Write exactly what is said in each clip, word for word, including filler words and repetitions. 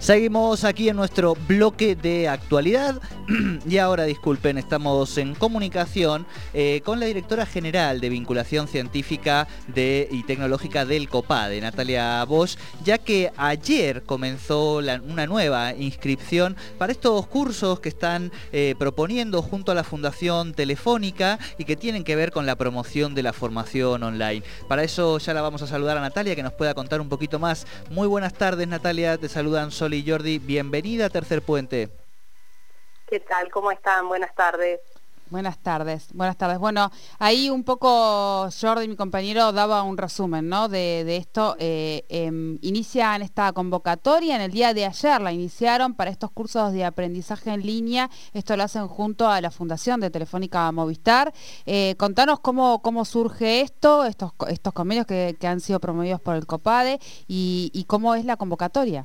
Seguimos aquí en nuestro bloque de actualidad y ahora, disculpen, estamos en comunicación eh, con la directora general de Vinculación Científica de, y Tecnológica del COPADE, Natalia Bosch, ya que ayer comenzó la, una nueva inscripción para estos cursos que están eh, proponiendo junto a la Fundación Telefónica y que tienen que ver con la promoción de la formación online. Para eso ya la vamos a saludar a Natalia, que nos pueda contar un poquito más. Muy buenas tardes, Natalia, te saludan Sol y Jordi, bienvenida a Tercer Puente. ¿Qué tal? ¿Cómo están? Buenas tardes. Buenas tardes, buenas tardes. Bueno, ahí un poco Jordi, mi compañero, daba un resumen, ¿no? de, de esto. Eh, eh, inician esta convocatoria, en el día de ayer la iniciaron para estos cursos de aprendizaje en línea. Esto lo hacen junto a la Fundación de Telefónica Movistar. Eh, contanos cómo, cómo surge esto, estos, estos convenios que, que han sido promovidos por el COPADE y, y cómo es la convocatoria.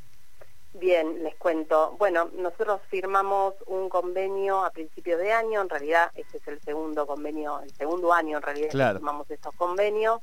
Bien, les cuento. Bueno, nosotros firmamos un convenio a principios de año, en realidad este es el segundo convenio, el segundo año en realidad claro. que firmamos estos convenios,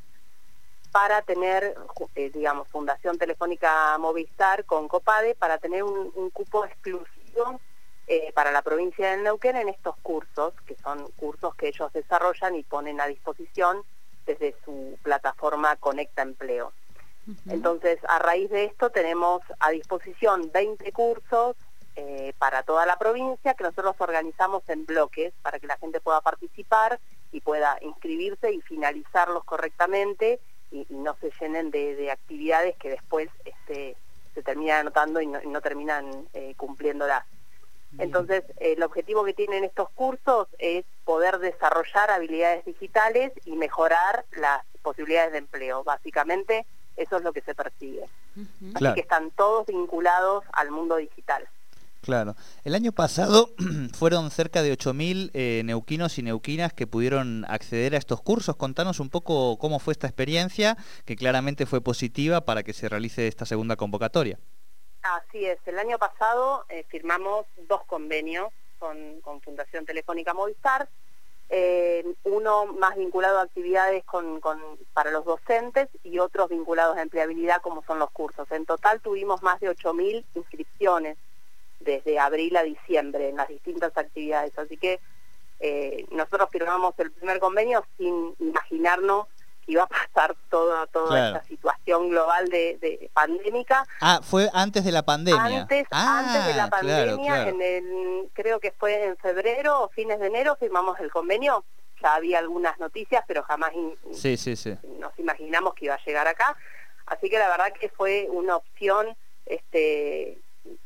para tener, eh, digamos, Fundación Telefónica Movistar con COPADE, para tener un, un cupo exclusivo eh, para la provincia de Neuquén en estos cursos, que son cursos que ellos desarrollan y ponen a disposición desde su plataforma Conecta Empleo. Entonces, a raíz de esto tenemos a disposición veinte cursos eh, para toda la provincia que nosotros organizamos en bloques para que la gente pueda participar y pueda inscribirse y finalizarlos correctamente y, y no se llenen de, de actividades que después este, se terminan anotando y no, y no terminan eh, cumpliéndolas. Bien. Entonces, eh, el objetivo que tienen estos cursos es poder desarrollar habilidades digitales y mejorar las posibilidades de empleo, básicamente. Eso es lo que se persigue. Uh-huh. Así claro. que están todos vinculados al mundo digital. Claro. El año pasado fueron cerca de ocho mil eh, neuquinos y neuquinas que pudieron acceder a estos cursos. Contanos un poco cómo fue esta experiencia, que claramente fue positiva para que se realice esta segunda convocatoria. Así es. El año pasado eh, firmamos dos convenios con, con Fundación Telefónica Movistar. Eh, uno más vinculado a actividades con, con, para los docentes y otros vinculados a empleabilidad como son los cursos. En total tuvimos más de ocho mil inscripciones desde abril a diciembre en las distintas actividades, así que eh, nosotros firmamos el primer convenio sin imaginarnos que iba a pasar toda, toda claro. esta situación global de, de pandémica. Ah, fue antes de la pandemia. Antes, ah, antes de la pandemia, claro, claro. En el, creo que fue en febrero o fines de enero firmamos el convenio. Ya había algunas noticias, pero jamás in, sí, sí, sí. nos imaginamos que iba a llegar acá. Así que la verdad que fue una opción este,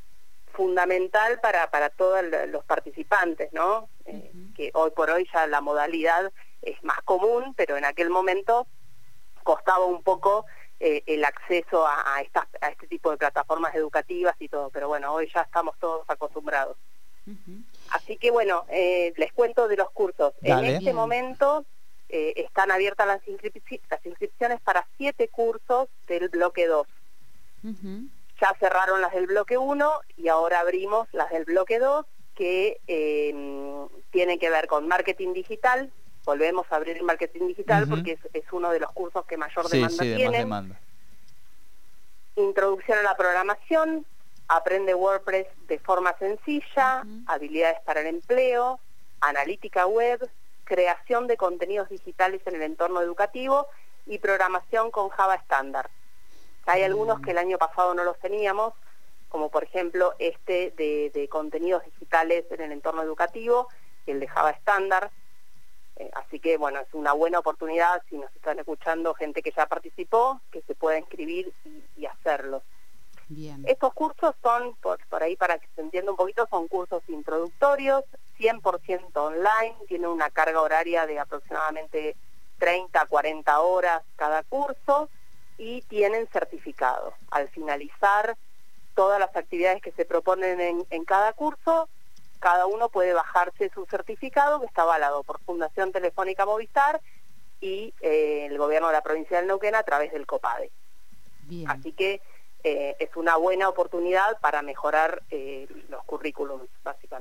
fundamental para, para todos los participantes, ¿no? Uh-huh. Eh, que hoy por hoy ya la modalidad es más común, pero en aquel momento costaba un poco eh, el acceso a, a, estas, a este tipo de plataformas educativas y todo, pero bueno, hoy ya estamos todos acostumbrados. Uh-huh. Así que bueno, eh, les cuento de los cursos. Dale. En este Bien. momento eh, están abiertas las, inscrip- las inscripciones para siete cursos del bloque dos. Uh-huh. Ya cerraron las del bloque uno y ahora abrimos las del bloque dos, que eh, tienen que ver con marketing digital. Volvemos a abrir el marketing digital uh-huh. porque es, es uno de los cursos que mayor sí, demanda sí, tienen. De demanda. Introducción a la programación, aprende WordPress de forma sencilla, uh-huh. habilidades para el empleo, analítica web, creación de contenidos digitales en el entorno educativo y programación con Java estándar. Hay uh-huh. algunos que el año pasado no los teníamos, como por ejemplo este de, de contenidos digitales en el entorno educativo y el de Java estándar. Eh, así que, bueno, es una buena oportunidad, si nos están escuchando gente que ya participó, que se pueda inscribir y, y hacerlo. Bien. Estos cursos son, por, por ahí para que se entienda un poquito, son cursos introductorios, cien por ciento online, tienen una carga horaria de aproximadamente treinta a cuarenta horas cada curso y tienen certificado. Al finalizar todas las actividades que se proponen en, en cada curso, cada uno puede bajarse su certificado que está avalado por Fundación Telefónica Movistar y eh, el gobierno de la provincia del Neuquén a través del COPADE. Bien. Así que eh, es una buena oportunidad para mejorar eh, los currículums, básicamente.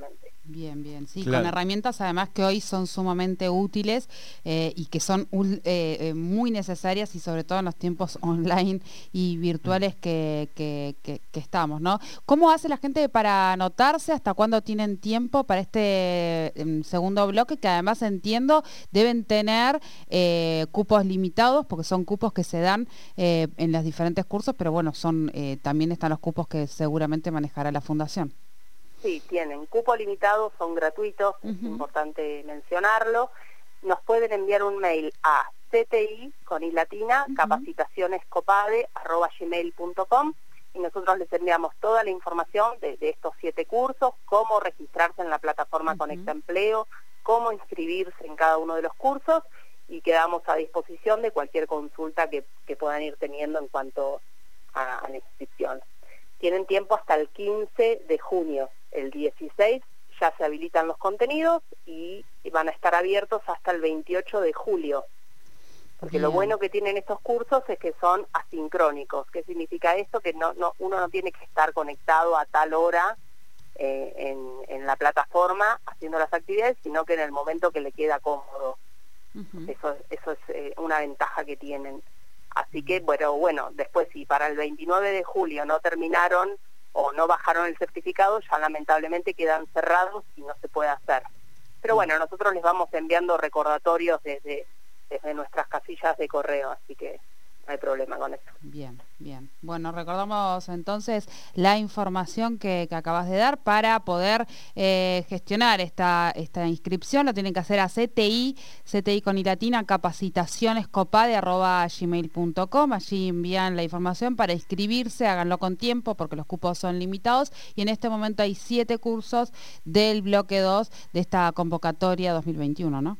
Bien, bien, sí, claro. Con herramientas además que hoy son sumamente útiles eh, y que son uh, eh, muy necesarias y sobre todo en los tiempos online y virtuales que, que, que, que estamos, ¿no? ¿Cómo hace la gente para anotarse? ¿Hasta cuándo tienen tiempo para este eh, segundo bloque? Que además entiendo deben tener eh, cupos limitados porque son cupos que se dan eh, en los diferentes cursos, pero bueno, son eh, también están los cupos que seguramente manejará la Fundación. Sí, tienen cupo limitado, son gratuitos, uh-huh. Es importante mencionarlo. Nos pueden enviar un mail a cti, con i latina, uh-huh. capacitacionescopade, arroba gmail punto com, y nosotros les enviamos toda la información de, de estos siete cursos, cómo registrarse en la plataforma uh-huh. Conecta Empleo, cómo inscribirse en cada uno de los cursos, y quedamos a disposición de cualquier consulta que, que puedan ir teniendo en cuanto a, a la inscripción. Tienen tiempo hasta el quince de junio. El dieciséis ya se habilitan los contenidos y van a estar abiertos hasta el veintiocho de julio. Porque Bien. Lo bueno que tienen estos cursos es que son asincrónicos. ¿Qué significa esto? Que no, no, uno no tiene que estar conectado a tal hora eh, en, en la plataforma haciendo las actividades, sino que en el momento que le queda cómodo. Uh-huh. Eso, eso es eh, una ventaja que tienen. Así que, bueno, bueno, después si para el veintinueve de julio no terminaron o no bajaron el certificado, ya lamentablemente quedan cerrados y no se puede hacer. Pero bueno, nosotros les vamos enviando recordatorios desde, desde nuestras casillas de correo, así que no hay problema con eso. Bien, bien. Bueno, recordamos entonces la información que, que acabas de dar para poder eh, gestionar esta, esta inscripción. Lo tienen que hacer a cti, cti con i latina, capacitacionescopade arroba gmail punto com. Allí envían la información para inscribirse, háganlo con tiempo porque los cupos son limitados y en este momento hay siete cursos del bloque dos de esta convocatoria dos mil veintiuno, ¿no?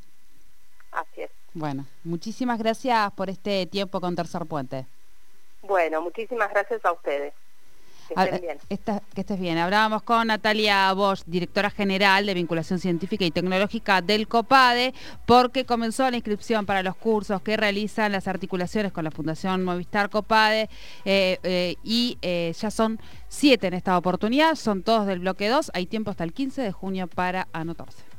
Así es. Bueno, muchísimas gracias por este tiempo con Tercer Puente. Bueno, muchísimas gracias a ustedes. Que estén a, bien. Esta, que estés bien. Hablábamos con Natalia Bosch, directora general de Vinculación Científica y Tecnológica del COPADE, porque comenzó la inscripción para los cursos que realizan las articulaciones con la Fundación Movistar COPADE eh, eh, y eh, ya son siete en esta oportunidad, son todos del bloque dos. Hay tiempo hasta el quince de junio para anotarse.